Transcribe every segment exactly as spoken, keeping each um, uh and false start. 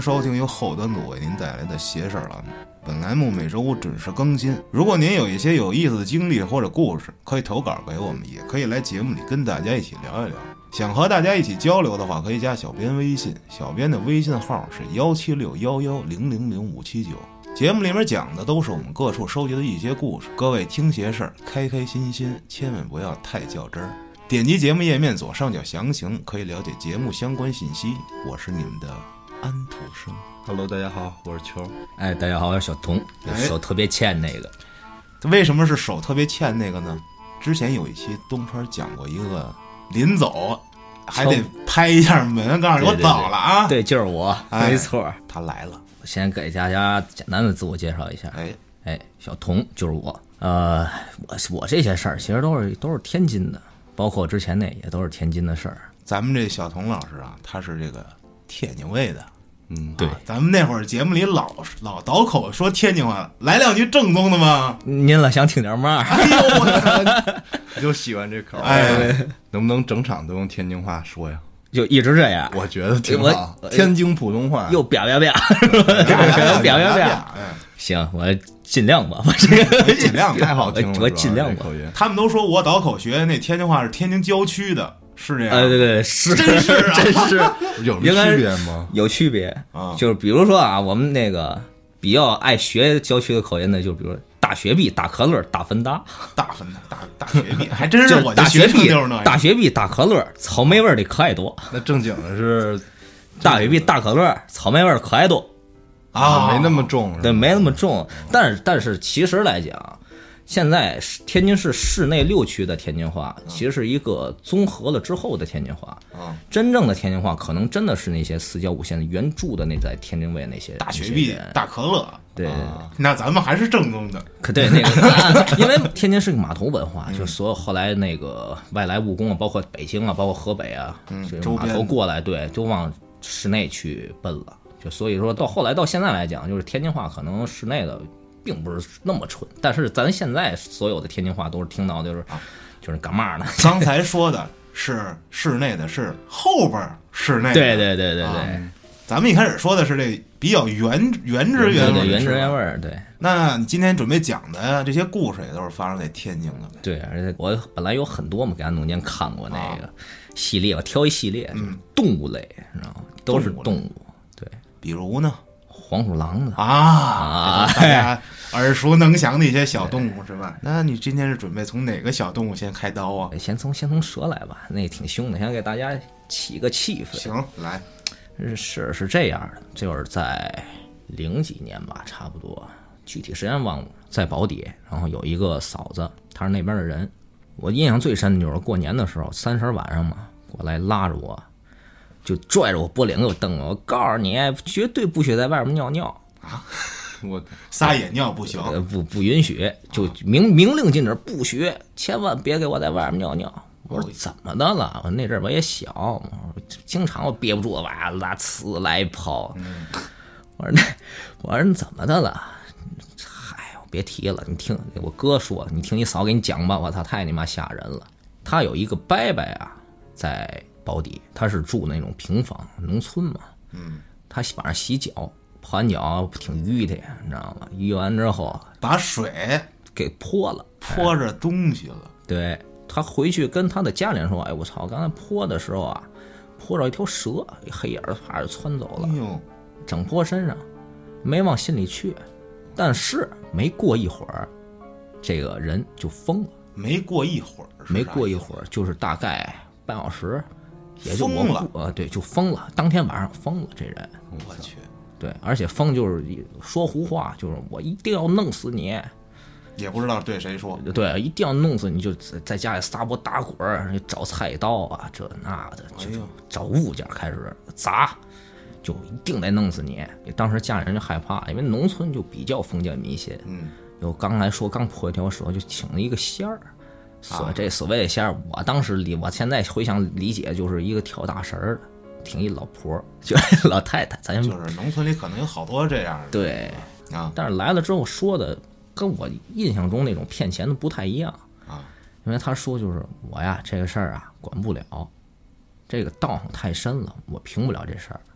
收听由后端组为您带来的邪事儿栏目。本栏目每周五准时更新。如果您有一些有意思的经历或者故事，可以投稿给我们，也可以来节目里跟大家一起聊一聊。想和大家一起交流的话，可以加小编微信，小编的微信号是幺七六幺幺零零零五七九。节目里面讲的都是我们各处收集的一些故事，各位听邪事儿开开心心，千万不要太较真儿。点击节目页面左上角详情，可以了解节目相关信息。我是你们的安徒生。 Hello， 大家好，我是秋。 哎，大家好，我是小童。手特别欠那个， 为什么是手特别欠那个呢？之前有一期东川讲过一个临走还得拍一下门，告诉你我走了啊。 对，就是我， 哎、 没错， 他来了。 我先给大家简单的自我介绍一下。 哎哎，小童就是我。呃，我我这些事儿其实都是都是天津的。包括之前那也都是天津的事儿。 咱们这小童老师啊，他是这个天津卫的， 嗯， 对、 啊。咱们那会儿节目里老老倒口说天津话，来两句正宗的吗？ 您了想听点嘛？ 哎呦我操！ 我就喜欢这口。 哎， 能不能整场都用天津话说呀？ 就一直这样。 我觉得挺好。天津普通话又啪啪啪， 啪啪啪啪。行，我尽量吧，我这个尽量太好听了， 我尽量吧。 他们都说我倒口学那天津话是天津郊区的，是这样？ 呃，对对，是， 真是啊， 真是有区别吗？ 有区别啊， 就是比如说啊，我们那个比较爱学郊区的口音的，就比如大雪碧、大可乐、大芬达、 大芬达、大大雪碧，还真是我大雪碧就是那大雪碧、大可乐，草莓味的可爱多。 那正经的是大雪碧、大可乐，草莓味可爱多。 啊，没那么重， 对，没那么重。但是，但是其实来讲，现在天津市市内六区的天津话，其实是一个综合了之后的天津话。 啊， 真正的天津话，可能真的是那些四郊五县的原著的那在天津卫那些大雪碧、大可乐。 对、 啊，那咱们还是正宗的。 可对那个，因为天津是个码头文化，就所有后来那个外来务工啊，包括北京啊，包括河北啊， 嗯， 这码头过来，对，就往市内去奔了。就所以说到后来到现在来讲，就是天津话可能市内的并不是那么纯，但是咱现在所有的天津话都是听到就是、啊、就是干嘛呢？ 刚才说的是市内的，是后边市内的。 对对对对对、 啊，咱们一开始说的是这比较原原汁原味， 原汁原味。对， 那你今天准备讲的这些故事也都是发生在天津的。 对，而且我本来有很多嘛，给俺弄年看过那个系列，我挑一系列， 嗯， 动物类，你知道吗？都是动物。对， 比如呢， 黄鼠狼的啊啊，大家耳熟能详的一些小动物是吧？那你今天是准备从哪个小动物先开刀啊？ 先从先从蛇来吧，那挺凶的，先给大家起个气氛。 行，来， 是是这样的，就是在零几年吧，差不多，具体时间忘了，在宝坻，然后有一个嫂子，她是那边的人，我印象最深的就是过年的时候，三十晚上嘛，过来拉着我。就拽着我脖领给我蹬了，我告诉你，绝对不许在外面尿尿啊！我撒野尿不行， 呃、不不允许，就明明令禁止，不许，千万别给我在外面尿尿。我说怎么的了？我那阵儿我也小，经常我憋不住，哇啦呲来泡。 嗯、 我说那我说你怎么的了？嗨，别提了，你听我哥说，你听你嫂给你讲吧。我操，太你妈吓人了！他有一个伯伯啊，在宝坻，他是住那种平房农村嘛， 嗯， 他晚上洗脚，泡完脚挺淤的，你知道吗？淤完之后把水给泼了， 泼着东西了。 哎、对，他回去跟他的家人说：“哎，我操，刚才泼的时候啊，泼着一条蛇，一黑眼啪就窜走了， 哎呦， 整泼身上，没往心里去。但是没过一会儿，这个人就疯了。 没过一会儿， 没过一会儿，就是大概半小时。”也就疯了， 呃，对，就疯了。当天晚上疯了，这人， 我去， 对，而且疯就是说胡话，就是我一定要弄死你， 也不知道对谁说， 对，一定要弄死你，就在家里撒泼打滚，找菜刀啊，这那的，就找物件开始砸，就一定得弄死你。当时家人就害怕，因为农村就比较封建迷信， 嗯， 有刚才说刚泼一条蛇，就请了一个仙儿。所这所谓的仙儿，我当时理，我现在回想理解，就是一个跳大神的，挺一老婆，就是老太太，咱就是农村里可能有好多这样的， 对啊， 但是来了之后说的跟我印象中那种骗钱的不太一样啊， 因为他说就是我呀这个事儿啊管不了，这个道行太深了，我评不了这事儿。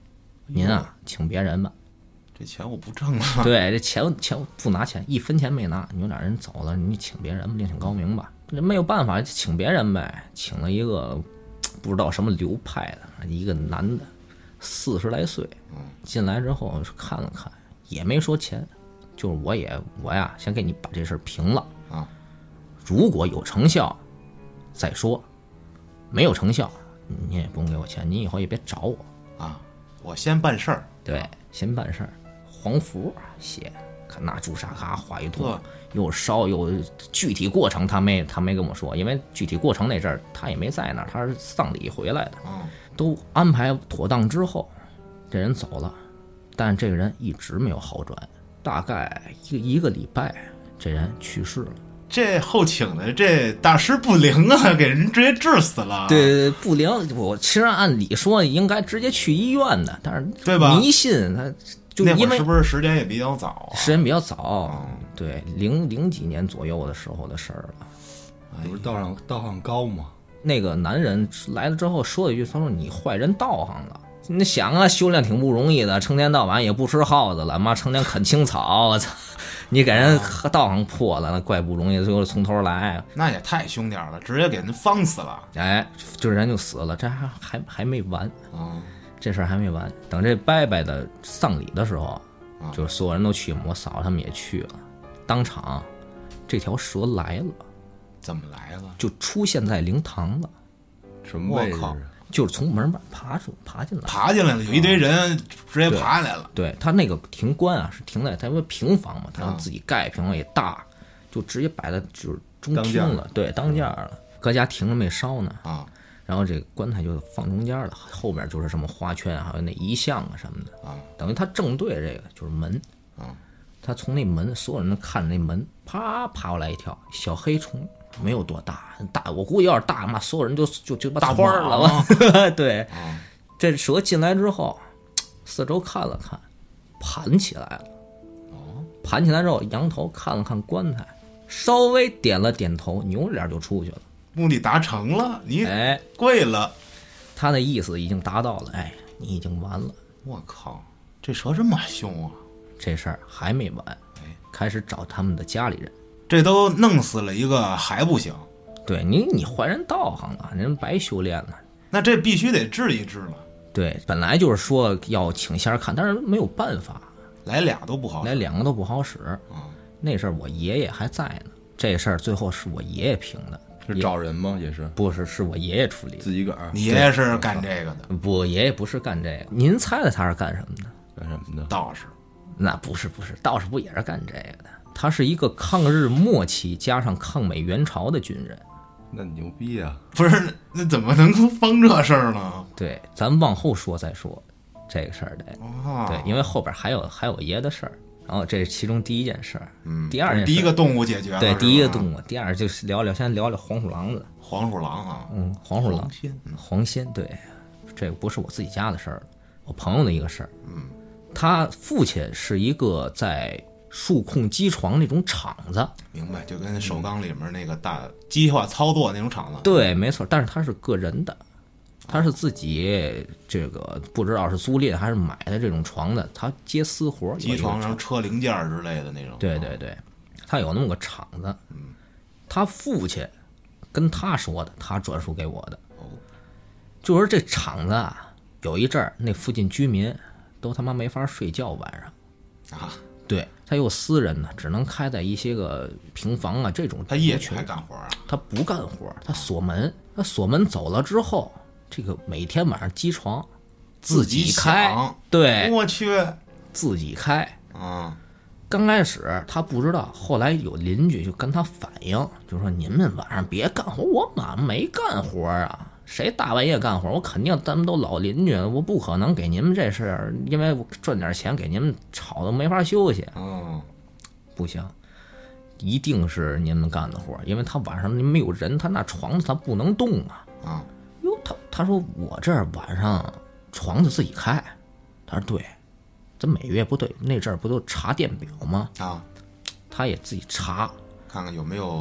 您啊请别人吧。 这钱我不挣了。 对，这钱钱不拿钱，一分钱没拿。你有俩人走了，你请别人吧，另请高明吧。这没有办法，请别人呗。请了一个不知道什么流派的一个男的，四十来岁，进来之后看了看，也没说钱，就是我也我呀，先给你把这事儿平了啊。 如果有成效再说，没有成效你也不用给我钱，你以后也别找我啊。我先办事儿， 对，先办事儿。黄符写，看拿朱砂卡画一通，又烧又具体过程他没他没跟我说，因为具体过程那阵儿他也没在那儿，他是丧礼回来的， 嗯， 都安排妥当之后，这人走了，但这个人一直没有好转，大概一个一个礼拜，这人去世了。 这后请的这大师不灵啊，给人直接治死了。 对，不灵。我其实按理说应该直接去医院的，但是对吧？ 迷信他。就那因为是不是时间也比较早、啊？ 时间比较早， 嗯、 对，零零几年左右的时候的事儿了。 不是道上道行高吗？ 那个男人来了之后说了一句：“他说你坏人道行了。你想啊，修炼挺不容易的，成天到晚也不吃耗子了，妈成天啃青草，我操！你给人道行破了，那怪不容易，最后从头来。 那也太凶点了，直接给人放死了。 哎，就人就死了，这还还还没完啊。嗯这事儿还没完，等这伯伯的丧礼的时候，就是所有人都去，我嫂子他们也去了。当场，这条蛇来了， 怎么来了？ 就出现在灵堂了。 什么位置？ 就是从门外爬出，爬进来， 爬进来了，有一堆人直接爬下来了。 对, 对他那个停棺啊，是停在他因为平房嘛，他自己盖平房也大，就直接摆在就是中厅了，对，当间了，搁家停着没烧呢啊。 然后这个棺材就放中间了，后边就是什么花圈，还有那遗像啊什么的啊， 等于他正对这个就是门啊， 他从那门，所有人都看着那门，啪爬过来一条小黑虫，没有多大，大我估计要是大嘛，所有人就就就把花了吧。对， 啊， 这蛇进来之后，四周看了看，盘起来了。 哦， 盘起来之后，仰头看了看棺材，稍微点了点头，扭着脸就出去了。 目的达成了，你哎跪了， 他的意思已经达到了，哎，你已经完了。 我靠，这蛇这么凶啊！ 这事儿还没完， 哎， 开始找他们的家里人。 这都弄死了一个还不行？ 对你，你坏人道行了，人白修炼了。 那这必须得治一治了。 对，本来就是说要请仙看，但是没有办法， 来俩都不好使， 来两个都不好使。 啊， 那事儿我爷爷还在呢，这事儿最后是我爷爷评的。 是找人吗？也是不是？是我爷爷处理的。 自己个儿。 你爷爷是干这个的？ 不，我爷爷不是干这个。您猜猜他是干什么的？ 干什么的？ 道士。 那不是，不是道士，不也是干这个的？他是一个抗日末期加上抗美援朝的军人。 那牛逼啊！ 不是，那怎么能放这事儿呢？ 对，咱往后说再说这个事儿得。 哦， 对，因为后边还有还有爷的事儿。然后这是其中第一件事儿， 嗯， 第二件事第一个动物解决了， 对，第一个动物，第二就是聊聊，先聊聊黄鼠狼子， 黄鼠狼啊， 嗯，黄鼠狼， 黄仙，嗯、 黄仙，对，这个不是我自己家的事儿，我朋友的一个事儿， 嗯， 他父亲是一个在数控机床那种厂子， 明白，就跟首钢里面那个大机械化操作那种厂子， 对，没错，但是他是个人的。他是自己这个不知道是租赁还是买的这种床的，他接私活， 机床上车零件之类的那种。 对对对，他有那么个厂子。 嗯， 他父亲跟他说的，他转述给我的。 哦， 就是这厂子啊，有一阵儿那附近居民都他妈没法睡觉晚上啊。 对，他有私人呢，只能开在一些个平房啊这种。 他夜里还干活啊？ 他不干活，他锁门。他锁门走了之后。这个每天晚上机床自己开，对， 我去， 自己开啊！ 刚开始他不知道，后来有邻居就跟他反映，就说你们晚上别干活，我妈没干活啊，谁大半夜干活？我肯定咱们都老邻居，我不可能给你们这事，因为我赚点钱给你们吵得没法休息。 哦， 不行，一定是你们干的活，因为他晚上没有人，他那床子他不能动啊。 啊。 哟，他他说我这儿晚上床子自己开，他说对，咱每月不对那阵儿不都查电表吗？ 啊， 他也自己查， 看看有没有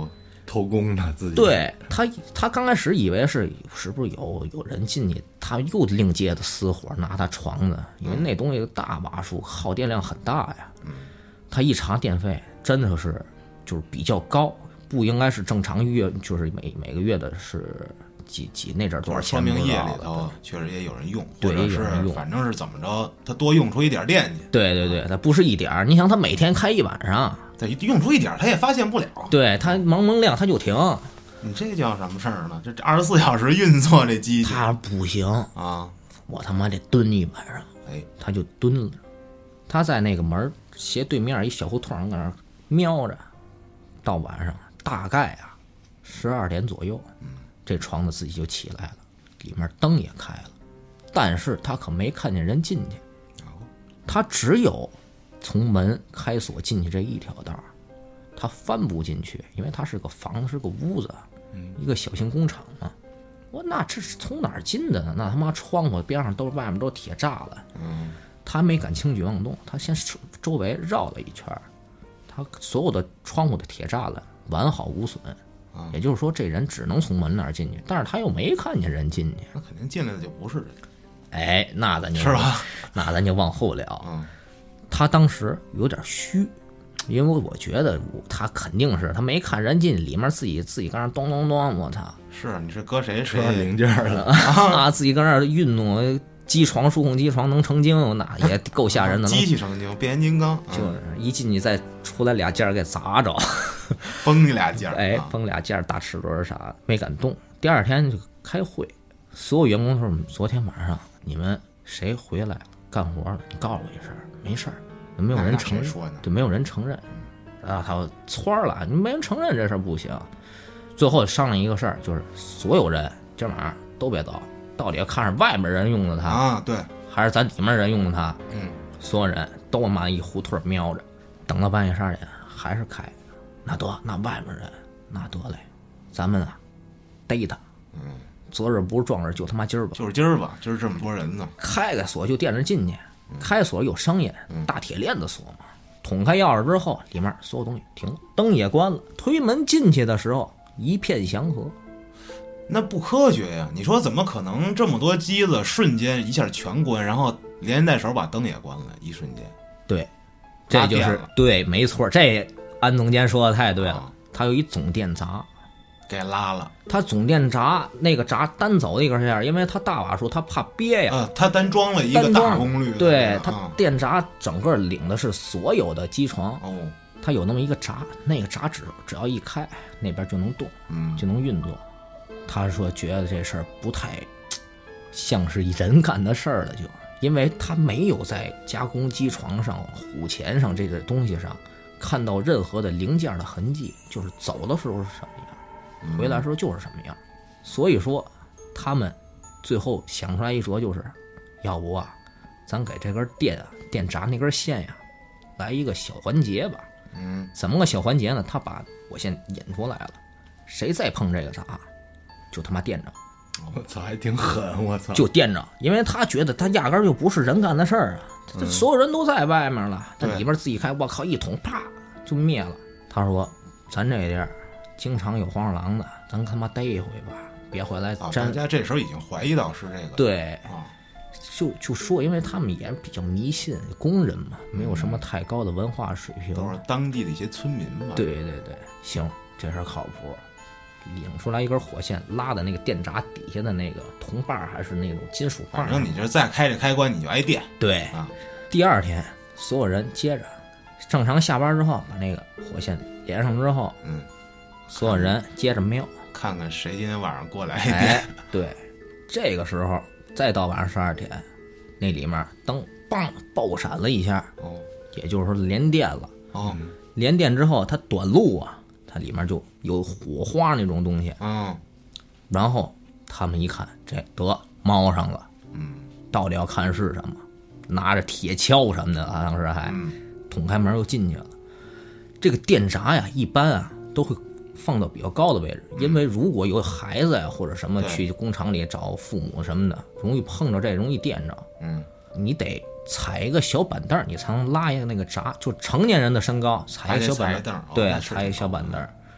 偷工的自己。 对他，他刚开始以为是是不是有有人进去，他又另接的私活拿他床子，因为那东西大瓦数，耗电量很大呀。他一查电费，真的是就是比较高，不应该是正常月，就是每每个月的是几几那阵儿多少钱？ 说明夜里不知道了头确实也有人用， 对或者也有人用是反正是怎么着，他多用出一点电去。 对对对，他不是一点儿，你想他每天开一晚上， 他用出一点他也发现不了。 对他蒙蒙亮他就停， 你这叫什么事儿呢？这二十四小时运作这机器他不行， 啊， 我他妈得蹲一晚上。 哎， 他就蹲了，他在那个门斜对面一小胡同搁那儿瞄着，到晚上大概啊十二点左右，这床子自己就起来了，里面灯也开了，但是他可没看见人进去，他只有从门开锁进去这一条道，他翻不进去，因为他是个房子，是个屋子，一个小型工厂嘛。我那这是从哪儿进的呢？那他妈窗户边上都是外面都是铁栅栏， 嗯， 他没敢轻举妄动，他先周围绕了一圈，他所有的窗户的铁栅栏完好无损，也就是说这人只能从门那儿进去，但是他又没看见人进去， 那肯定进来的就不是人， 哎，那咱就是吧？ 那咱就往后聊。 嗯， 他当时有点虚，因为我觉得他肯定是他没看人进，里面自己自己搁那咚咚咚，我操！ 是你是搁谁车谁零件了啊，自己搁那运动，机床数控机床能成精，那也够吓人的。 机器成精，变形金刚， 就是一进去再出来俩件儿给砸着， 崩你俩件儿， 哎，崩俩件儿大齿轮啥没敢动。第二天就开会，所有员工说昨天晚上你们谁回来干活了，你告诉我一声，没事儿，没有人承认，对，没有人承认。啊，他窜了，你没人承认这事儿不行。最后商量一个事儿，就是所有人今晚上都别走，到底要看是外面人用的它啊，对， 还是咱里面人用的它。 嗯， 所有人都他妈一胡同瞄着，等到半夜十二点还是开。那得，那外面人那得嘞，咱们啊逮他。 嗯， 择日不是撞日，就他妈今儿吧， 就是今儿吧，今儿这么多人呢， 开个锁就惦着进去，开锁有声音，大铁链子锁嘛。捅开钥匙之后，里面所有东西停了，灯也关了，推门进去的时候一片祥和。 那不科学呀！你说怎么可能这么多机子瞬间一下全关，然后连带手把灯也关了，一瞬间？ 对，这就是对，没错，这安总监说的太对了。 啊、 他有一总电闸， 给拉了。 他总电闸那个闸单走的一根线，因为他大瓦数，他怕憋呀。 啊，他单装了一个大功率。 对， 啊、 他电闸整个领的是所有的机床。 哦。 他有那么一个闸，那个闸只只要一开，那边就能动， 嗯， 就能运作。他说觉得这事儿不太像是人干的事儿了，就因为他没有在加工机床上、虎钳上这个东西上看到任何的零件的痕迹，就是走的时候是什么样，回来的时候就是什么样。所以说，他们最后想出来一说，就是要不啊，咱给这根电啊电闸那根线呀来一个小环节吧。 嗯， 怎么个小环节呢？他把火线引出来了，谁再碰这个闸，就他妈电着。 我操，还挺狠！我操， 就电着，因为他觉得他压根就不是人干的事儿啊，这所有人都在外面了，这、嗯、里边自己开，我靠，一捅啪就灭了。他说：“咱这地儿经常有黄鼠狼的，咱他妈逮一回吧，别回来沾。” 大家这时候已经怀疑到是这个， 对。 啊就就说，因为他们也比较迷信，工人嘛，没有什么太高的文化水平， 都是当地的一些村民吧。 对对对，行，这事儿靠谱。领出来一根火线，拉的那个电闸底下的那个铜把还是那种金属把， 反正你就再开这开关，你就挨电。 对啊。 第二天，所有人接着正常下班之后，把那个火线连上之后， 嗯， 所有人接着瞄， 看看谁今天晚上过来挨电。 哎、对，这个时候。再到晚上十二点，那里面灯棒爆闪了一下， 哦， 也就是说连电了。 哦， 连电之后它短路啊，它里面就有火花那种东西。 嗯， 然后他们一看，这得猫上了。 嗯， 到底要看是什么？拿着铁锹什么的，好像是还捅开门又进去了。这个电闸呀，一般啊都会放到比较高的位置，因为如果有孩子呀或者什么去工厂里找父母什么的，容易碰着这，容易电着。 嗯， 你得踩一个小板凳，你才能拉一个那个闸，就成年人的身高踩一个小板凳，对，踩一个小板凳。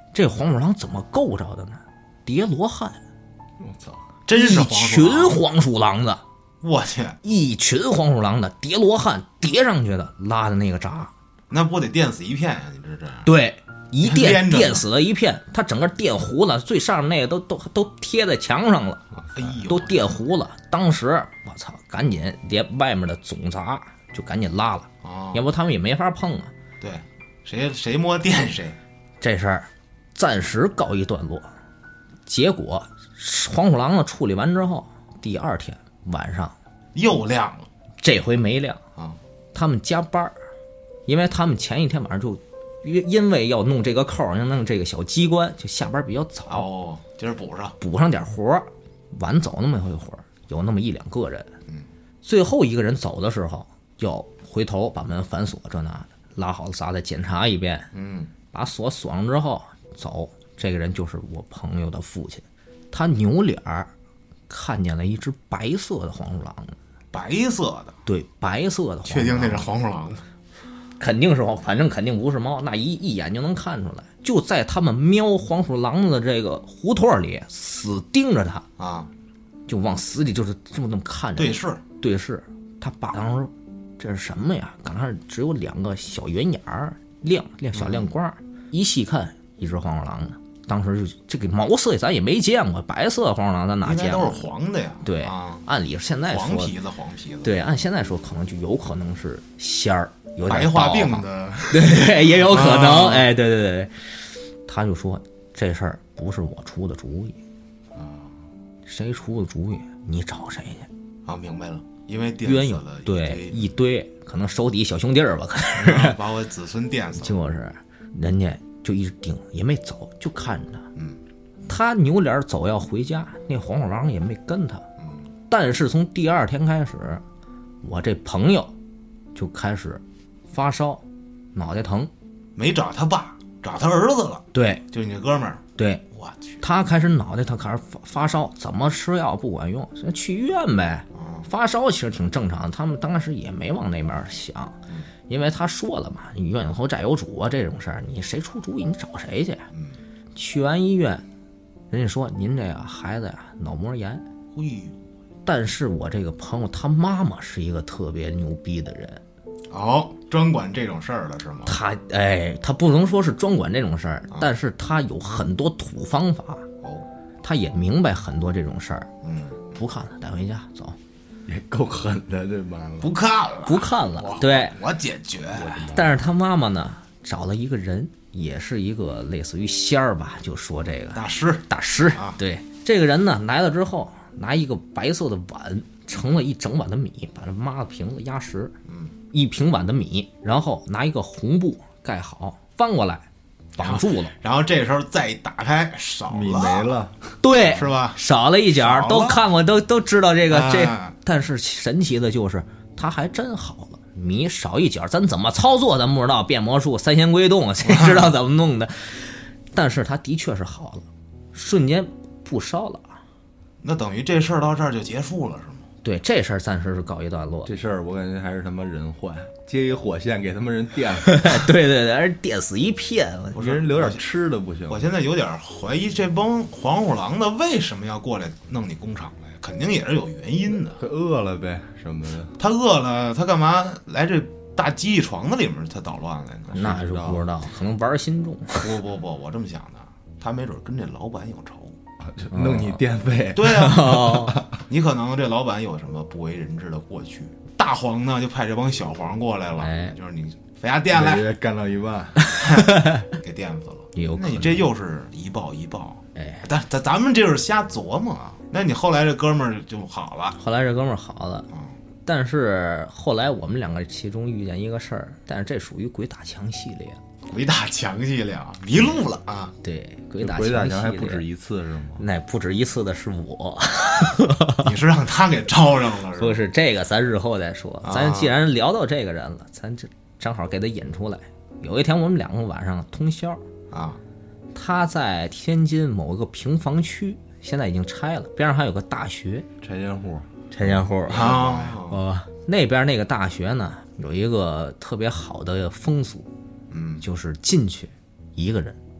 这黄鼠狼怎么构着的呢？叠罗汉， 我操， 真是一黄鼠狼群黄鼠狼子， 我去， 一群黄鼠狼的叠罗汉叠上去的，拉的那个闸， 那不得电死一片呀、啊？你这这样对，一电连着呢电死了一片，它整个电糊了，最上面那个都都都贴在墙上了， 哎呦， 都电糊了。当时我操，赶紧连外面的总闸就赶紧拉了， 哦， 要不他们也没法碰啊。 对，谁谁摸电谁。 这事儿暂时告一段落。结果黄鼠狼呢处理完之后，第二天晚上又亮了这回没亮啊！ 他们加班儿，因为他们前一天晚上就因因为要弄这个扣，要弄这个小机关，就下班比较早， 哦，今儿补上， 补上点活儿，晚走那么一会儿，有那么一两个人。 嗯， 最后一个人走的时候，要回头把门反锁，这那的，拉好了闸再检查一遍。 嗯， 把锁锁上之后走。这个人就是我朋友的父亲，他扭脸儿看见了一只白色的黄鼠狼， 白色的， 对，白色的黄鼠狼， 确定那是黄鼠狼吗？ 肯定是黄，反正肯定不是猫，那一一眼就能看出来。就在他们瞄黄鼠狼的这个胡同里，死盯着他啊， 就往死里就是这么这么看着。 对视， 对视。他爸当时说：“这是什么呀？”刚开始只有两个小圆眼儿，亮亮小亮光、嗯，一细看，一只黄鼠狼呢。当时就这个毛色咱也没见过，白色黄鼠狼咱哪见过？ 应该都是黄的呀。 对， 啊、 按理现在说黄皮子黄皮子。 对，按现在说可能就有可能是仙儿，有点白化病的。 对，也有可能。 啊、 哎，对对对，他就说这事儿不是我出的主意啊， 谁出的主意你找谁去？ 啊，明白了，因为电死了， 对一堆，可能手底小兄弟吧，可能是、 啊、把我子孙电死了。 就是人家。就一直盯，也没走，就看着他。 嗯， 他扭脸走要回家，那黄鼠狼也没跟他。 嗯， 但是从第二天开始，我这朋友就开始发烧，脑袋疼。 没找他爸，找他儿子了。 对， 就你那哥们儿。 对， 我去， 他开始脑袋，他开始发发烧，怎么吃药不管用，去医院呗。 嗯、 发烧其实挺正常，他们当时也没往那边想。 嗯， 因为他说了嘛，你冤有头债有主啊，这种事儿你谁出主意你找谁去？ 嗯， 去完医院，人家说您这个孩子呀脑膜炎。 哎呦， 但是我这个朋友他妈妈是一个特别牛逼的人。 哦，专管这种事儿的是吗？ 他哎，他不能说是专管这种事儿、啊，但是他有很多土方法。 哦， 他也明白很多这种事儿。 嗯， 不看了，带回家走。 也够狠的，这妈了， 不看了， 不看了，对， 我解决。 但是他妈妈呢，找了一个人，也是一个类似于仙儿吧，就说这个大师， 大师啊， 对，这个人呢来了之后，拿一个白色的碗盛了一整碗的米，把这抹了瓶子压实， 嗯， 一平碗的米，然后拿一个红布盖好，翻过来。绑住了， 然后这时候再一打开，少了， 米没了， 对， 是吧？ 少了一角，都看过，都都知道这个、 啊、 这，但是神奇的就是，它还真好了，米少一角，咱怎么操作咱不知道，变魔术、三仙归洞，谁知道怎么弄的？但是它的确是好了，瞬间不烧了。 那等于这事儿到这儿就结束了，是吗？ 对，这事儿暂时是告一段落。 这事儿我感觉还是他妈人坏，接一火线给他们人电死。对对对，而电死一片， 我给人留点吃的不行。 我现在有点怀疑这帮黄鼠狼的为什么要过来弄你工厂来，肯定也是有原因的。 他饿了呗什么的。 他饿了，他干嘛来这大机器床子里面他捣乱来呢？ 那是不知道，可能玩心重。 不不不，我这么想的，他没准跟这老板有仇。 弄你电费、 哦、对啊，你可能这老板有什么不为人知的过去。大黄呢就派这帮小黄过来了， 哎、 就是你飞下电来， 干到一半， 给电死了。 有那你这又是一报一报， 哎， 但咱咱们这是瞎琢磨。那你后来这哥们儿就好了， 后来这哥们儿好了， 嗯， 但是后来我们两个其中遇见一个事儿，但是这属于鬼打墙系列。 鬼打墙系列啊，迷路了啊！ 对，鬼打鬼打墙还不止一次是吗？ 那不止一次的是我， 你是让他给招上了是吧？ 不是这个，咱日后再说。咱既然聊到这个人了，咱这正好给他引出来。有一天我们两个晚上通宵啊， 他在天津某个平房区，现在已经拆了，边上还有个大学， 拆迁户， 拆迁户啊。 呃，那边那个大学呢，有一个特别好的风俗。 嗯， 就是进去一个人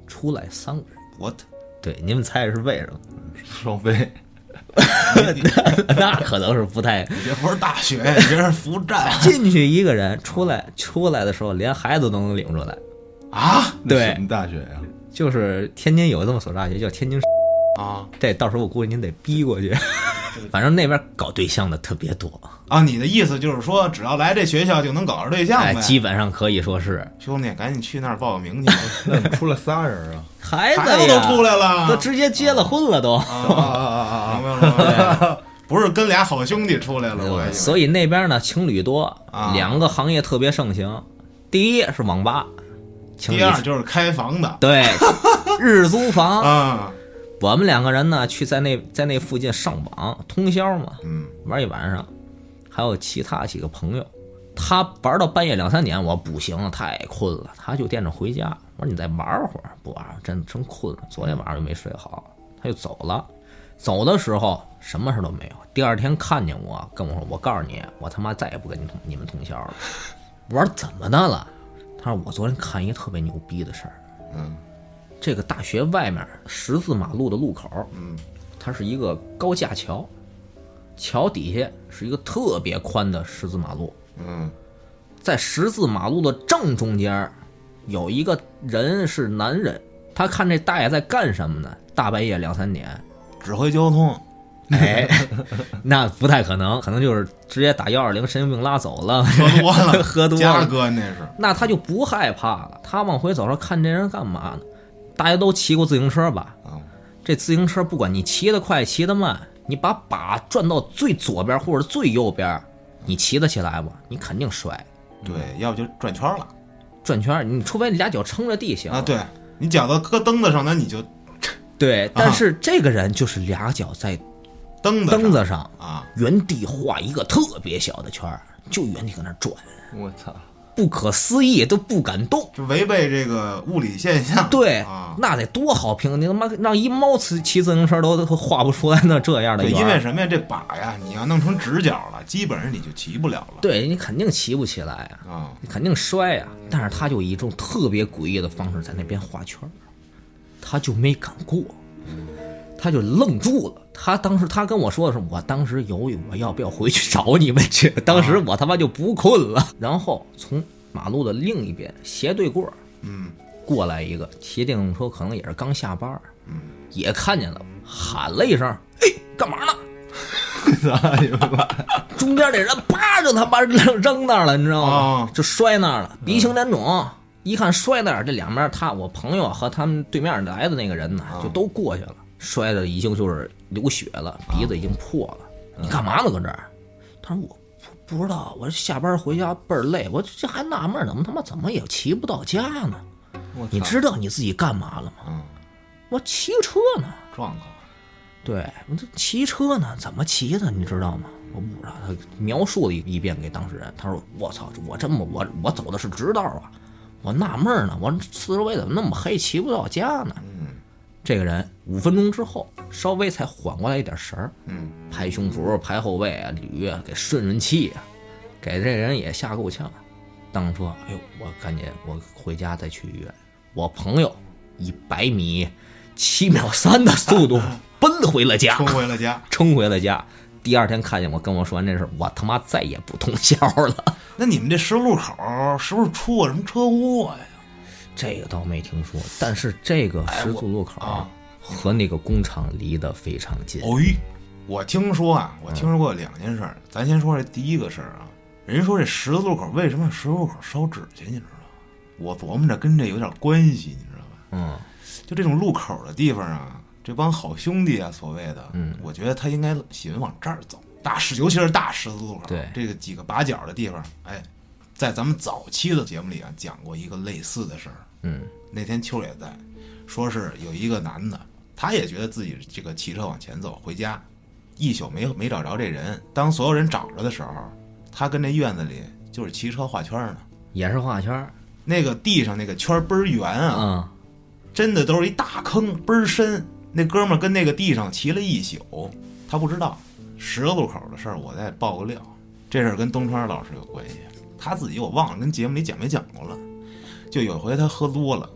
出来三个人。 我对，你们猜是为什么？ 双飞。 那可能是不太。 你这不是大学，你这是服战。 进去一个人，出来出来的时候连孩子都能领出来啊？ 对， 什么大学呀？ 就是天津有这么所大学叫天津啊， 这到时候我估计您得逼过去。反正那边搞对象的特别多啊。你的意思就是说，只要来这学校就能搞着对象呗？ 哎，基本上可以说是。 兄弟，赶紧去那儿报个名去。 那怎么出了仨人啊？ 孩子孩子都出来了， 都直接结了婚了都。 啊啊啊啊！明白了，不是跟俩好兄弟出来了。我所以那边呢情侣多， 啊、 两个行业特别盛行。第一是网吧， 第二就是开房的， 对，日租房啊。 我们两个人呢，去在那在那附近上网通宵嘛， 嗯， 玩一晚上，还有其他几个朋友，他玩到半夜两三点，我不行了，太困了，他就惦着回家。我说你再玩会儿，不玩，真真困了，昨天晚上就没睡好，他就走了。走的时候什么事都没有，第二天看见我跟我说，我告诉你，我他妈再也不跟你同你们通宵了。我说怎么的了？他说我昨天看一个特别牛逼的事儿， 嗯。 这个大学外面十字马路的路口， 嗯， 它是一个高架桥，桥底下是一个特别宽的十字马路。 嗯， 在十字马路的正中间有一个人是男人，他看这大爷在干什么呢？大半夜两三点指挥交通。 哎，那不太可能，可能就是直接打幺二零神经病拉走了， 喝多了， 喝多了。 嘉哥那是， 那他就不害怕了。他往回走说，看这人干嘛呢？大家都骑过自行车吧？ 嗯， 这自行车不管你骑得快骑得慢，你把把转到最左边或者最右边，你骑得起来吗？你肯定摔。 对，要不就转圈了。 转圈，你除非俩脚撑着地行啊。对，你脚都搁蹬子上，那你就对。但是这个人就是俩脚在蹬子蹬子上啊， 原地画一个特别小的圈，就原地搁那转。 我操！ 不可思议，都不敢动， 就违背这个物理现象。 对， 啊、 那得多好评！你他妈让一猫骑骑自行车都都画不出来那这样的圆。 因为什么呀？这把呀，你要弄成直角了，基本上你就骑不了了。 对，你肯定骑不起来啊！ 啊， 你肯定摔呀！但是他就以一种特别诡异的方式在那边画圈，他就没敢过，他就愣住了。他当时他跟我说的是，我当时犹豫我要不要回去找你们去。当时我他妈就不困了，然后从马路的另一边斜对过， 嗯， 过来一个骑电动车，可能也是刚下班， 嗯， 也看见了，喊了一声：“哎，干嘛呢？”中间这人啪就他妈扔扔那儿了，你知道吗？ 哦、 就摔那儿了，鼻青脸肿。一看摔那儿，这两边他我朋友和他们对面来的那个人呢，就都过去了。摔的已经就是流血了，鼻子已经破了。啊、你干嘛呢？搁这儿？他说我不不知道，我下班回家倍儿累，我这还纳闷，怎么他妈怎么也骑不到家呢？你知道你自己干嘛了吗？ 嗯， 我骑车呢， 撞了。 对，我这骑车呢，怎么骑的？你知道吗？我不知道。他描述了一遍给当事人，他说：“我操，我这么我我走的是直道啊，我纳闷呢，我四周围怎么那么黑，骑不到家呢？” 嗯。 这个人五分钟之后稍微才缓过来一点神儿， 嗯， 拍胸脯、拍后背啊、捋啊，给顺顺气啊，给这人也吓够呛。当说：“哎呦，我赶紧我回家再去医院。”我朋友以百米七秒三的速度奔回了家， 冲回了家， 冲回了家。第二天看见我，跟我说完这事，我他妈再也不通宵了。 那你们这十字路口是不是出过什么车祸呀？ 这个倒没听说，但是这个十字路口和那个工厂离得非常近。 哦，我听说啊，我听说过两件事、嗯、咱先说这第一个事儿啊。人说这十字路口为什么十字路口烧纸去，你知道吗？我琢磨着跟这有点关系，你知道吧？ 嗯， 就这种路口的地方啊，这帮好兄弟啊，所谓的， 嗯， 我觉得他应该喜欢往这儿走。大十，尤其是大十字路口， 对这个几个把角的地方，哎，在咱们早期的节目里啊讲过一个类似的事儿。 嗯， 那天秋也在，说是有一个男的，他也觉得自己这个骑车往前走回家，一宿没没找着这人。当所有人找着的时候，他跟这院子里就是骑车画圈呢， 也是画圈。 那个地上那个圈倍儿圆啊， 嗯， 真的都是一大坑，倍儿深。那哥们儿跟那个地上骑了一宿，他不知道。十字路口的事儿，我再爆个料，这事儿跟东川老师有关系。他自己我忘了跟节目里讲没讲过了。就有回他喝多了，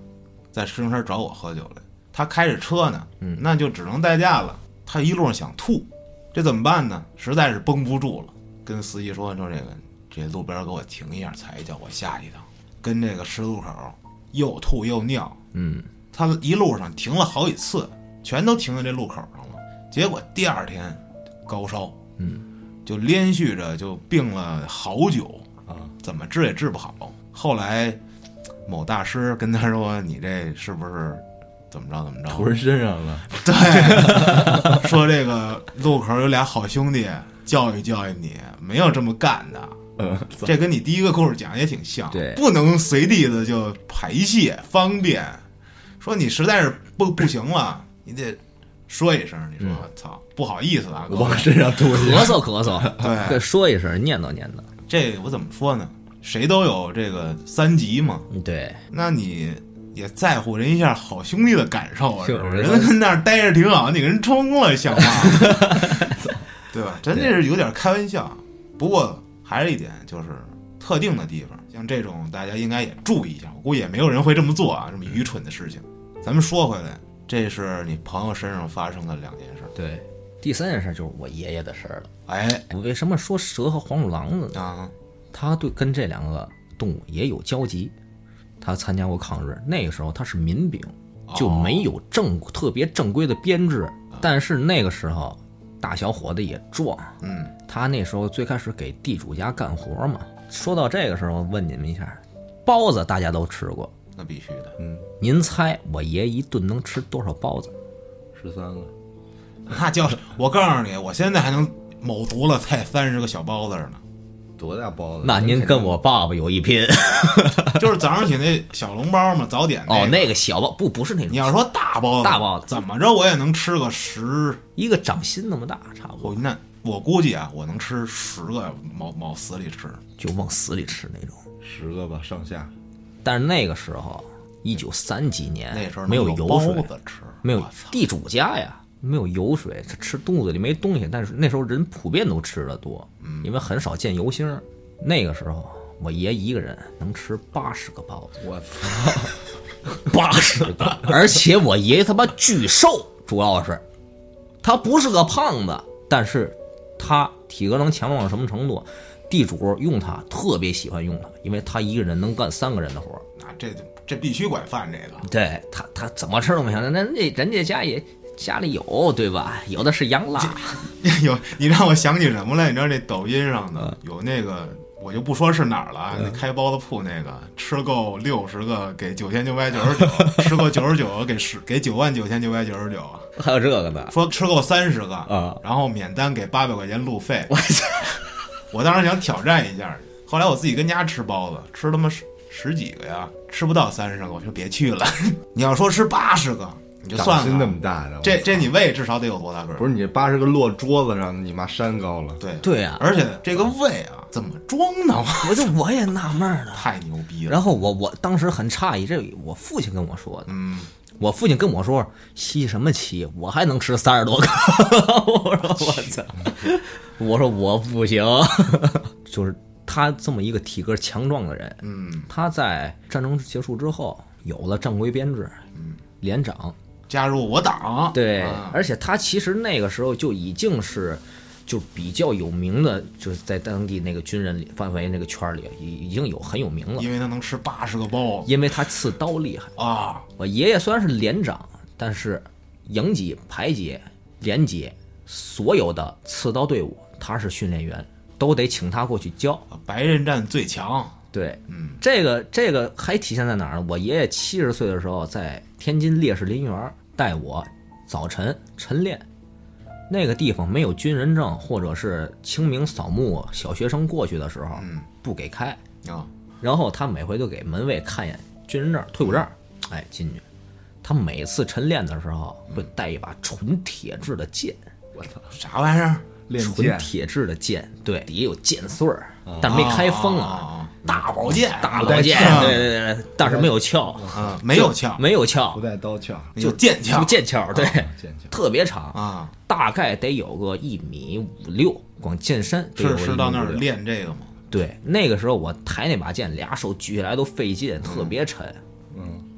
在石景山找我喝酒来，他开着车呢，嗯，那就只能代驾了。他一路上想吐，这怎么办呢？实在是绷不住了，跟司机说：“说这个这路边给我停一下，踩一脚，我下一趟。”跟这个十字路口又吐又尿， 嗯， 他一路上停了好几次，全都停在这路口上了。结果第二天高烧， 嗯， 就连续着就病了好久啊， 怎么治也治不好。后来某大师跟他说：“你这是不是？”怎么着怎么着， 涂人身上了。 对，说这个路口有俩好兄弟，教育教育你，没有这么干的。 嗯， 这跟你第一个故事讲也挺像， 对， 不能随地的就排泄方便。说你实在是不不行了，你得说一声，你说操、嗯，不好意思啊， 我往身上吐， 咳嗽咳嗽， 对， 说一声，念叨念叨。 这我怎么说呢？谁都有这个三急嘛， 对， 那你。也在乎人一下好兄弟的感受啊， 是不是？人跟那儿待着挺好，你给人冲了，像话吗？对吧？咱这是有点开玩笑。不过还是一点，就是特定的地方，像这种大家应该也注意一下。我估计也没有人会这么做啊，这么愚蠢的事情。咱们说回来，这是你朋友身上发生的两件事。 对，第三件事就是我爷爷的事儿了。 哎， 我为什么说蛇和黄鼠狼呢？ 啊， 他对跟这两个动物也有交集。他参加过抗日，那个时候他是民兵，就没有正特别正规的编制，但是那个时候大小伙子也壮， 嗯， 他那时候最开始给地主家干活嘛。说到这个时候，问你们一下，包子大家都吃过， 那必须的， 嗯，您猜我爷一顿能吃多少包子？ 十三个， 那叫我告诉你，我现在还能卯足了菜三十个小包子呢。 多大包子？ 那您跟我爸爸有一拼， 就是早上起那小笼包嘛，早点、那个、 哦，那个小包不不是那种。 你要说大包子， 大包子怎么着我也能吃个十一个掌心那么大，差不多。 那我估计啊，我能吃十个，往往死里吃， 就往死里吃那种， 十个吧上下。 但是那个时候，一九三几年， 那时候没有油水吃， 没有地主家呀。没有油水，这吃肚子里没东西。但是那时候人普遍都吃的多，因为很少见油星。那个时候，我爷一个人能吃八十个包子。 我操， 八十个！而且我爷爷他妈巨瘦，主要是他不是个胖子，但是他体格能强壮到什么程度？地主用他特别喜欢用他，因为他一个人能干三个人的活。 那这这必须管饭，这个对他他怎么吃都不行。那人家人家家也。家里有对吧？有的是羊腊， 有你让我想起什么来？你知道这抖音上的有那个，我就不说是哪儿了。那开包子铺那个，吃够六十个给九千九百九十九，吃够九十九给十给九万九千九百九十九。 还有这个呢？ 说吃够三十个啊， 然后免单给八百块钱路费。我我当时想挑战一下，后来我自己跟家吃包子，吃他妈十十几个呀，吃不到三十个，我说别去了。你要说吃八十个。你就算了， 那么大的， 这这你胃至少得有多大个？ 不是你八十个落桌子上，你妈山高了。 对对呀、啊， 而且这个胃啊，怎么装的？ 我就我也纳闷了， 太牛逼了。 然后我我当时很诧异，这我父亲跟我说的。 嗯， 我父亲跟我说：“吸什么气？我还能吃三十多个。”我说：“我操！”我说：“我不行。”就是他这么一个体格强壮的人， 嗯， 他在战争结束之后有了正规编制， 嗯， 连长。 加入我党， 对、 啊， 而且他其实那个时候就已经是，就比较有名的，就是在当地那个军人里范围那个圈里，已已经有很有名了。 因为他能吃八十个包， 因为他刺刀厉害啊。 我爷爷虽然是连长，但是营级、排级、连级所有的刺刀队伍，他是训练员，都得请他过去教。 白刃战最强。 对， 嗯， 这个这个还体现在哪儿呢？我爷爷七十岁的时候，在天津烈士陵园带我早晨晨练，那个地方没有军人证或者是清明扫墓小学生过去的时候， 嗯， 不给开啊。 然后他每回都给门卫看一眼军人证、退伍证，哎，进去。他每次晨练的时候会带一把纯铁制的剑， 我操， 啥玩意儿？ 纯铁制的剑，对，底下有剑穗儿，但没开封啊。 大宝剑， 大宝剑，对对对，但是没有鞘啊，没有鞘， 没有鞘， 不带刀鞘， 就剑鞘， 就剑鞘，对， 剑鞘特别长啊， 大概得有个一米五六，光剑身是是到那儿练这个吗？ 对，那个时候我抬那把剑，俩手举起来都费劲，特别沉。 嗯，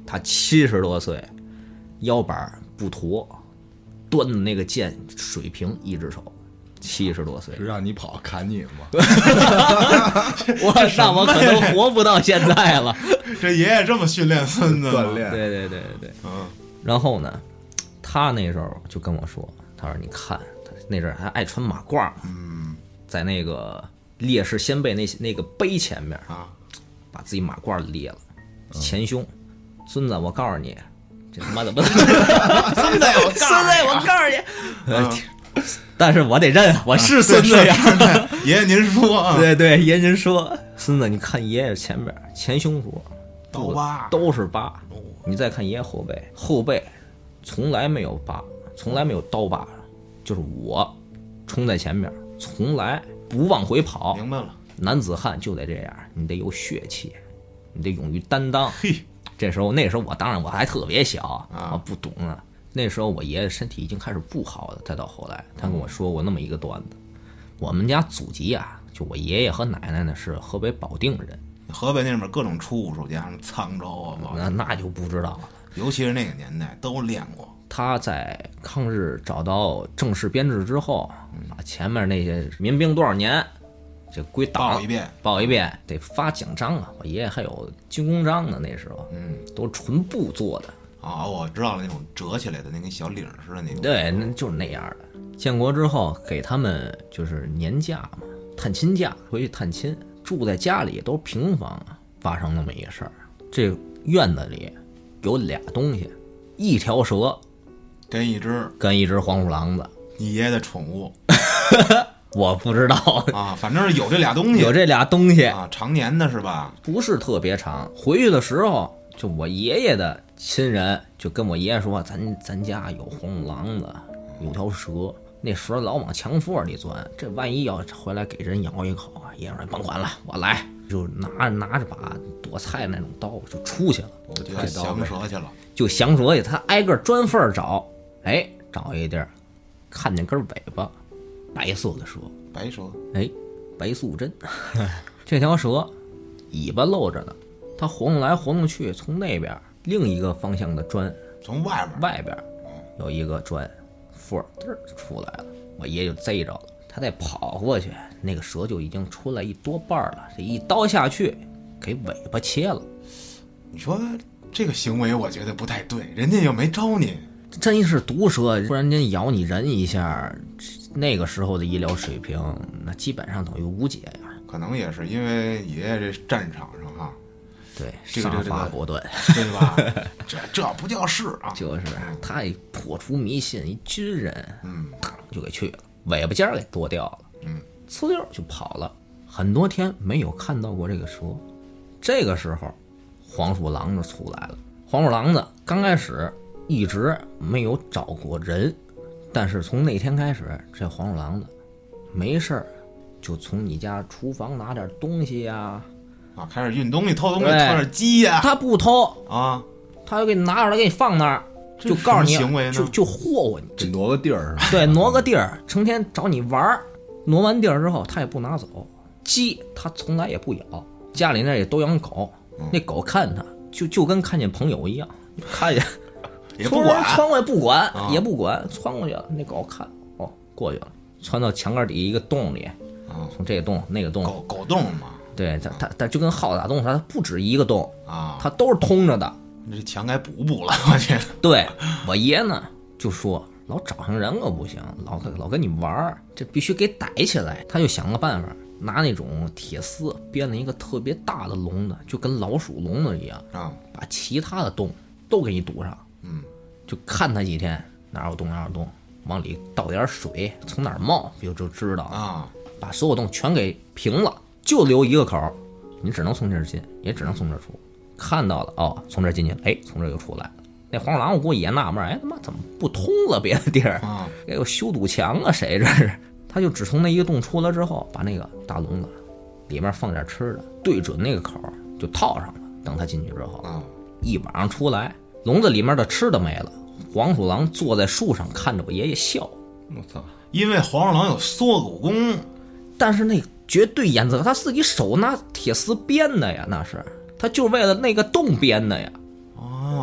他七十多岁，腰板不驼，端的那个剑水平一只手，七十多岁， 是让你跑砍你吗？ 我那我可能活不到现在了。 这爷爷这么训练孙子吗？ 锻炼， 对对对对对。 嗯， 然后呢，他那时候就跟我说，他说你看，他那阵儿还爱穿马褂， 嗯在那个烈士先辈那那个碑前面啊， 把自己马褂裂了，前胸。孙子，我告诉你，这他妈的不能。 孙子，我孙子，我告诉你。嗯、但是我得认，我是孙子呀。 爷爷您说啊？ 对对，爷爷您说，孙子，你看爷爷前边前胸处刀疤都是疤，你再看爷爷后背，后背从来没有疤，从来没有刀疤，就是我冲在前面，从来不往回跑。 明白了， 男子汉就得这样，你得有血气，你得勇于担当。 嘿， 这时候那时候我当然我还特别小啊， 我不懂啊。那时候我爷爷身体已经开始不好了，再到后来他跟我说过那么一个段子，我们家祖籍啊，就我爷爷和奶奶呢是河北保定人。 河北那边各种出处，加上沧州啊， 那那就不知道了。 尤其是那个年代都练过。 他在抗日找到正式编制之后，把前面那些民兵多少年，这归党报一遍， 报一遍，得发奖章啊！我爷爷还有军功章呢，那时候， 嗯， 都纯布做的。 啊，我知道了，那种折起来的那个小领似的那种。 对，那就是那样的。建国之后给他们就是年假嘛，探亲假，回去探亲，住在家里都是平房啊。发生那么一个事儿，这院子里有俩东西，一条蛇， 跟一只跟一只黄鼠狼子。 你爷爷的宠物。 我不知道啊，反正是有这俩东西， 有这俩东西啊，常年的是吧？ 不是特别长。回去的时候，就我爷爷的亲人就跟我爷爷说，咱咱家有黄鼠狼子，有条蛇，那蛇老往墙缝里钻，这万一要回来给人咬一口啊，爷爷说甭管了，我来，就拿拿着把剁菜那种刀就出去了， 我就降蛇去了， 就降蛇去，他挨个砖缝找，哎，找一地儿，看见根尾巴。白色的蛇， 白蛇， 哎，白素贞，这条蛇尾巴露着呢，它活动来活动去，从那边另一个方向的砖， 从外边外边有一个砖缝儿嘚儿出来了，我爷就贼着了，他再跑过去，那个蛇就已经出来一多半了，这一刀下去，给尾巴切了。 你说这个行为，我觉得不太对，人家又没招你。 真是毒蛇，突然间咬你人一下，那个时候的医疗水平，那基本上等于无解呀。 可能也是因为爷爷这战场上哈， 对， 这个杀伐果断， 对吧？这这不叫事啊！ 就是他也破除迷信，一军人， 嗯， 就给去了，尾巴尖儿给剁掉了， 嗯， 呲溜就跑了，很多天没有看到过这个蛇。这个时候，黄鼠狼子出来了。黄鼠狼子刚开始一直没有找过人，但是从那天开始，这黄鼠狼子没事儿就从你家厨房拿点东西呀， 啊，开始运东西，偷东西，偷点鸡呀。 他不偷啊， 他就给你拿出来，给你放那儿，就告诉你， 行为呢就就霍霍你， 这挪个地儿， 对，挪个地儿，成天找你玩儿。挪完地儿之后，他也不拿走。鸡他从来也不咬，家里那也都养狗，那狗看他就就跟看见朋友一样，看见。 也不管， 穿过也不管， 啊、 也不管，穿过去了。那狗看，哦，过去了，窜到墙根底一个洞里， 啊， 从这个洞那个洞， 狗狗洞嘛， 对，它它它就跟浩大洞，它不止一个洞啊， 它都是通着的。 这墙该补补了，我觉得。 对我爷呢就说，老找上人可不行，老老跟你玩，这必须给逮起来。他就想个办法，拿那种铁丝编了一个特别大的笼子，就跟老鼠笼子一样啊， 把其他的洞都给你堵上。 嗯， 就看他几天哪有洞哪有洞，往里倒点水，从哪儿冒就就知道啊。 把所有洞全给平了，就留一个口，你只能从这儿进，也只能从这儿出。看到了哦，从这儿进去了，哎，从这儿又出来了。那黄鼠狼我估计也纳闷，哎，他妈怎么不通了别的地儿？ 啊， 给有修堵墙啊？谁这是？他就只从那一个洞出来之后，把那个大笼子里面放点吃的，对准那个口就套上了。等他进去之后， 啊， 一晚上出来。笼子里面的吃的没了，黄鼠狼坐在树上看着我爷爷笑。 我操！ 因为黄鼠狼有缩骨功， 但是那绝对演责他自己手拿铁丝编的呀，那是他就为了那个洞编的呀。 哦，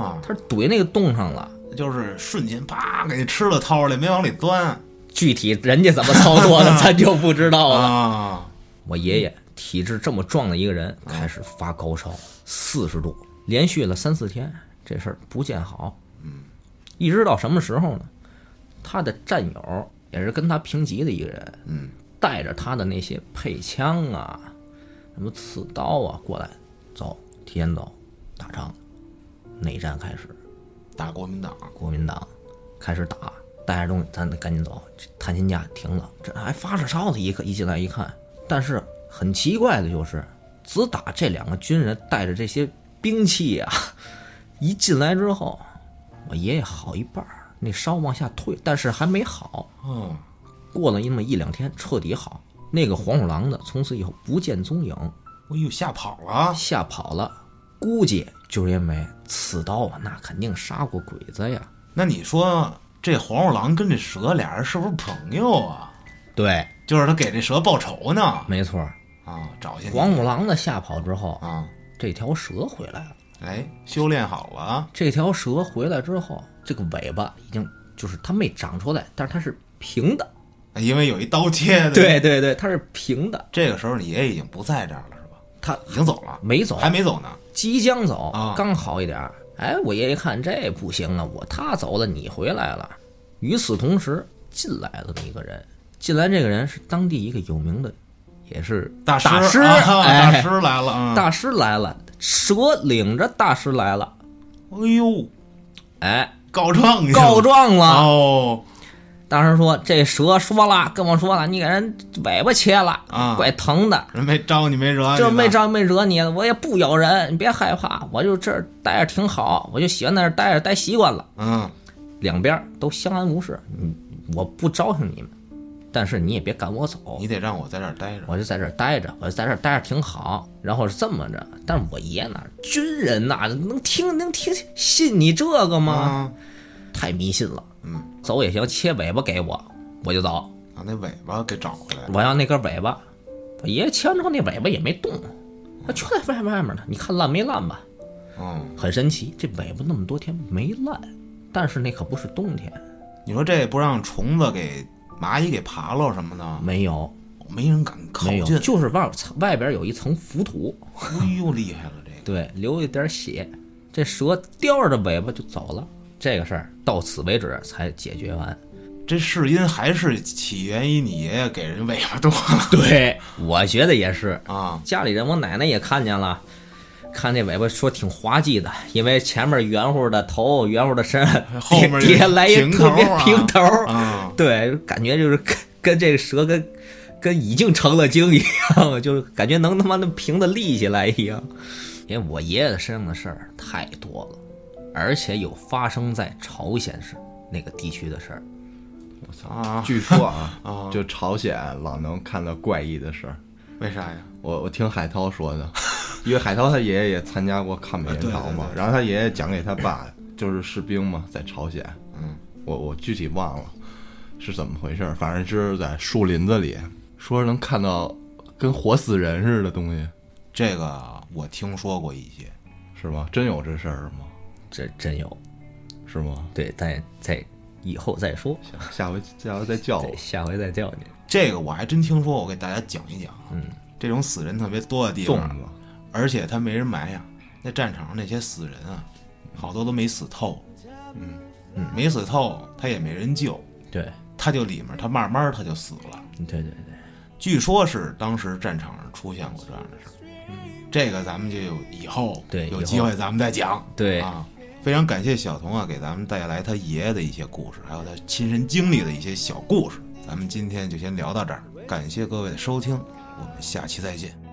啊， 他是怼那个洞上了， 就是瞬间啪给你吃了掏出来，没往里钻。 具体人家怎么操作的，咱就不知道了。 啊， 我爷爷体质这么壮的一个人，开始发高烧，四十度，连续了三四天，这事儿不见好。 嗯， 一直到什么时候呢？他的战友也是跟他平级的一个人， 嗯， 带着他的那些配枪啊、什么刺刀啊过来，走，提前走，打仗，内战开始， 打国民党， 国民党开始打，带着东西，咱得赶紧走。这探亲家停了，这还发着烧的，一个一进来一看，但是很奇怪的就是，只打这两个军人带着这些兵器啊，一进来之后，我爷爷好一半，那烧往下退，但是还没好。 哦， 过了那么一两天，彻底好。那个黄鼠狼的从此以后不见踪影， 哎呦，吓跑了， 吓跑了。估计就是因为刺刀啊，那肯定杀过鬼子呀。 那你说这黄鼠狼跟这蛇俩人是不是朋友啊？ 对， 就是他给这蛇报仇呢。 没错啊，找下黄鼠狼的吓跑之后啊， 这条蛇回来了。 哎，修炼好了。 这条蛇回来之后，这个尾巴已经就是它没长出来，但是它是平的， 因为有一刀切的。 对对对，它是平的。 这个时候你爷爷已经不在这儿了，是吧？ 他已经走了， 没走， 还没走呢， 即将走啊， 刚好一点。哎，我爷爷看这不行啊，我他走了，你回来了。与此同时，进来了一个人，进来这个人是当地一个有名的，也是大师， 大师， 啊哎、 大师来了，嗯、 大师来了，蛇领着大师来了。 哎呦， 哎， 告状去了， 告状了哦。 大师说：“这蛇说了，跟我说了，你给人尾巴切了， 啊， 怪疼的。 人没招你，没惹你， 这没招没惹你，我也不咬人，你别害怕，我就这儿待着挺好，我就喜欢在这儿待着，待习惯了。 嗯， 两边都相安无事，嗯，我不招呼你们，但是你也别赶我走， 你得让我在这儿待着， 我就在这儿待着，我就在这儿待着挺好。然后是这么着，但是我爷呢，军人呐、啊，能听能听信你这个吗？ 嗯、 太迷信了。” 嗯， 走也行，切尾巴给我，我就走。 把那尾巴给找回来了。 我要那根尾巴，我爷爷切完之后那尾巴也没动，它就在外面呢。你看烂没烂吧？ 嗯， 很神奇，这尾巴那么多天没烂，但是那可不是冬天。 你说这不让虫子给蚂蚁给爬了什么的？ 没有， 没人敢靠近， 没有，就是外外边有一层浮土。 哎呦，厉害了这个！ 对，流一点血，这蛇叼着尾巴就走了。这个事儿到此为止才解决完， 这事因还是起源于你爷爷给人尾巴剁了。 对，我觉得也是啊。 家里人，我奶奶也看见了，看这尾巴说挺滑稽的，因为前面圆乎的头、圆乎的身， 后面底下来一特别平头， 啊、 对，感觉就是跟跟这个蛇跟跟已经成了精一样，就是感觉能他妈的平的立起来一样。因为我爷爷身上的事儿太多了。而且有发生在朝鲜市那个地区的事儿， 我操！ 啊、 据说啊， 啊就朝鲜老能看到怪异的事儿。 为啥呀？ 我我听海涛说的，因为海涛他爷爷也参加过抗美援朝嘛，然后他爷爷讲给他爸，就是士兵嘛，在朝鲜。 嗯， 我我具体忘了是怎么回事，反正是在树林子里，说能看到跟活死人似的东西。 这个我听说过一些， 是吗？真有这事儿吗？ 这真有， 是吗？ 对，再再以后再说， 下下回下回再叫我， 下回再叫你。 这个我还真听说，我给大家讲一讲。 嗯， 这种死人特别多的地方，而且他没人埋呀，那战场上那些死人啊，好多都没死透。 嗯嗯， 没死透，他也没人救。 对， 他就里面他慢慢他就死了。 对对对， 据说是当时战场上出现过这样的事。嗯，这个咱们就有以后对有机会咱们再讲。 对啊。非常感谢小童啊，给咱们带来他爷爷的一些故事，还有他亲身经历的一些小故事。咱们今天就先聊到这儿，感谢各位的收听，我们下期再见。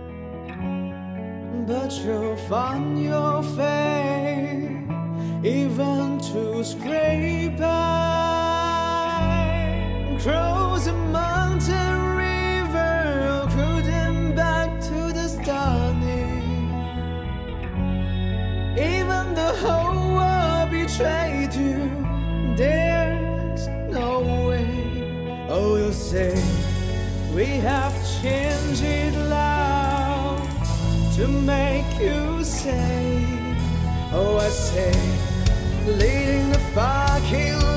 But you'll find your fate, even to scrape by, cross a mountain river, cruising back to the starting. Even the whole world betrayed you, there's no way. Oh, you'll say we have changed it loud to make you say Oh, I say, leading the fucking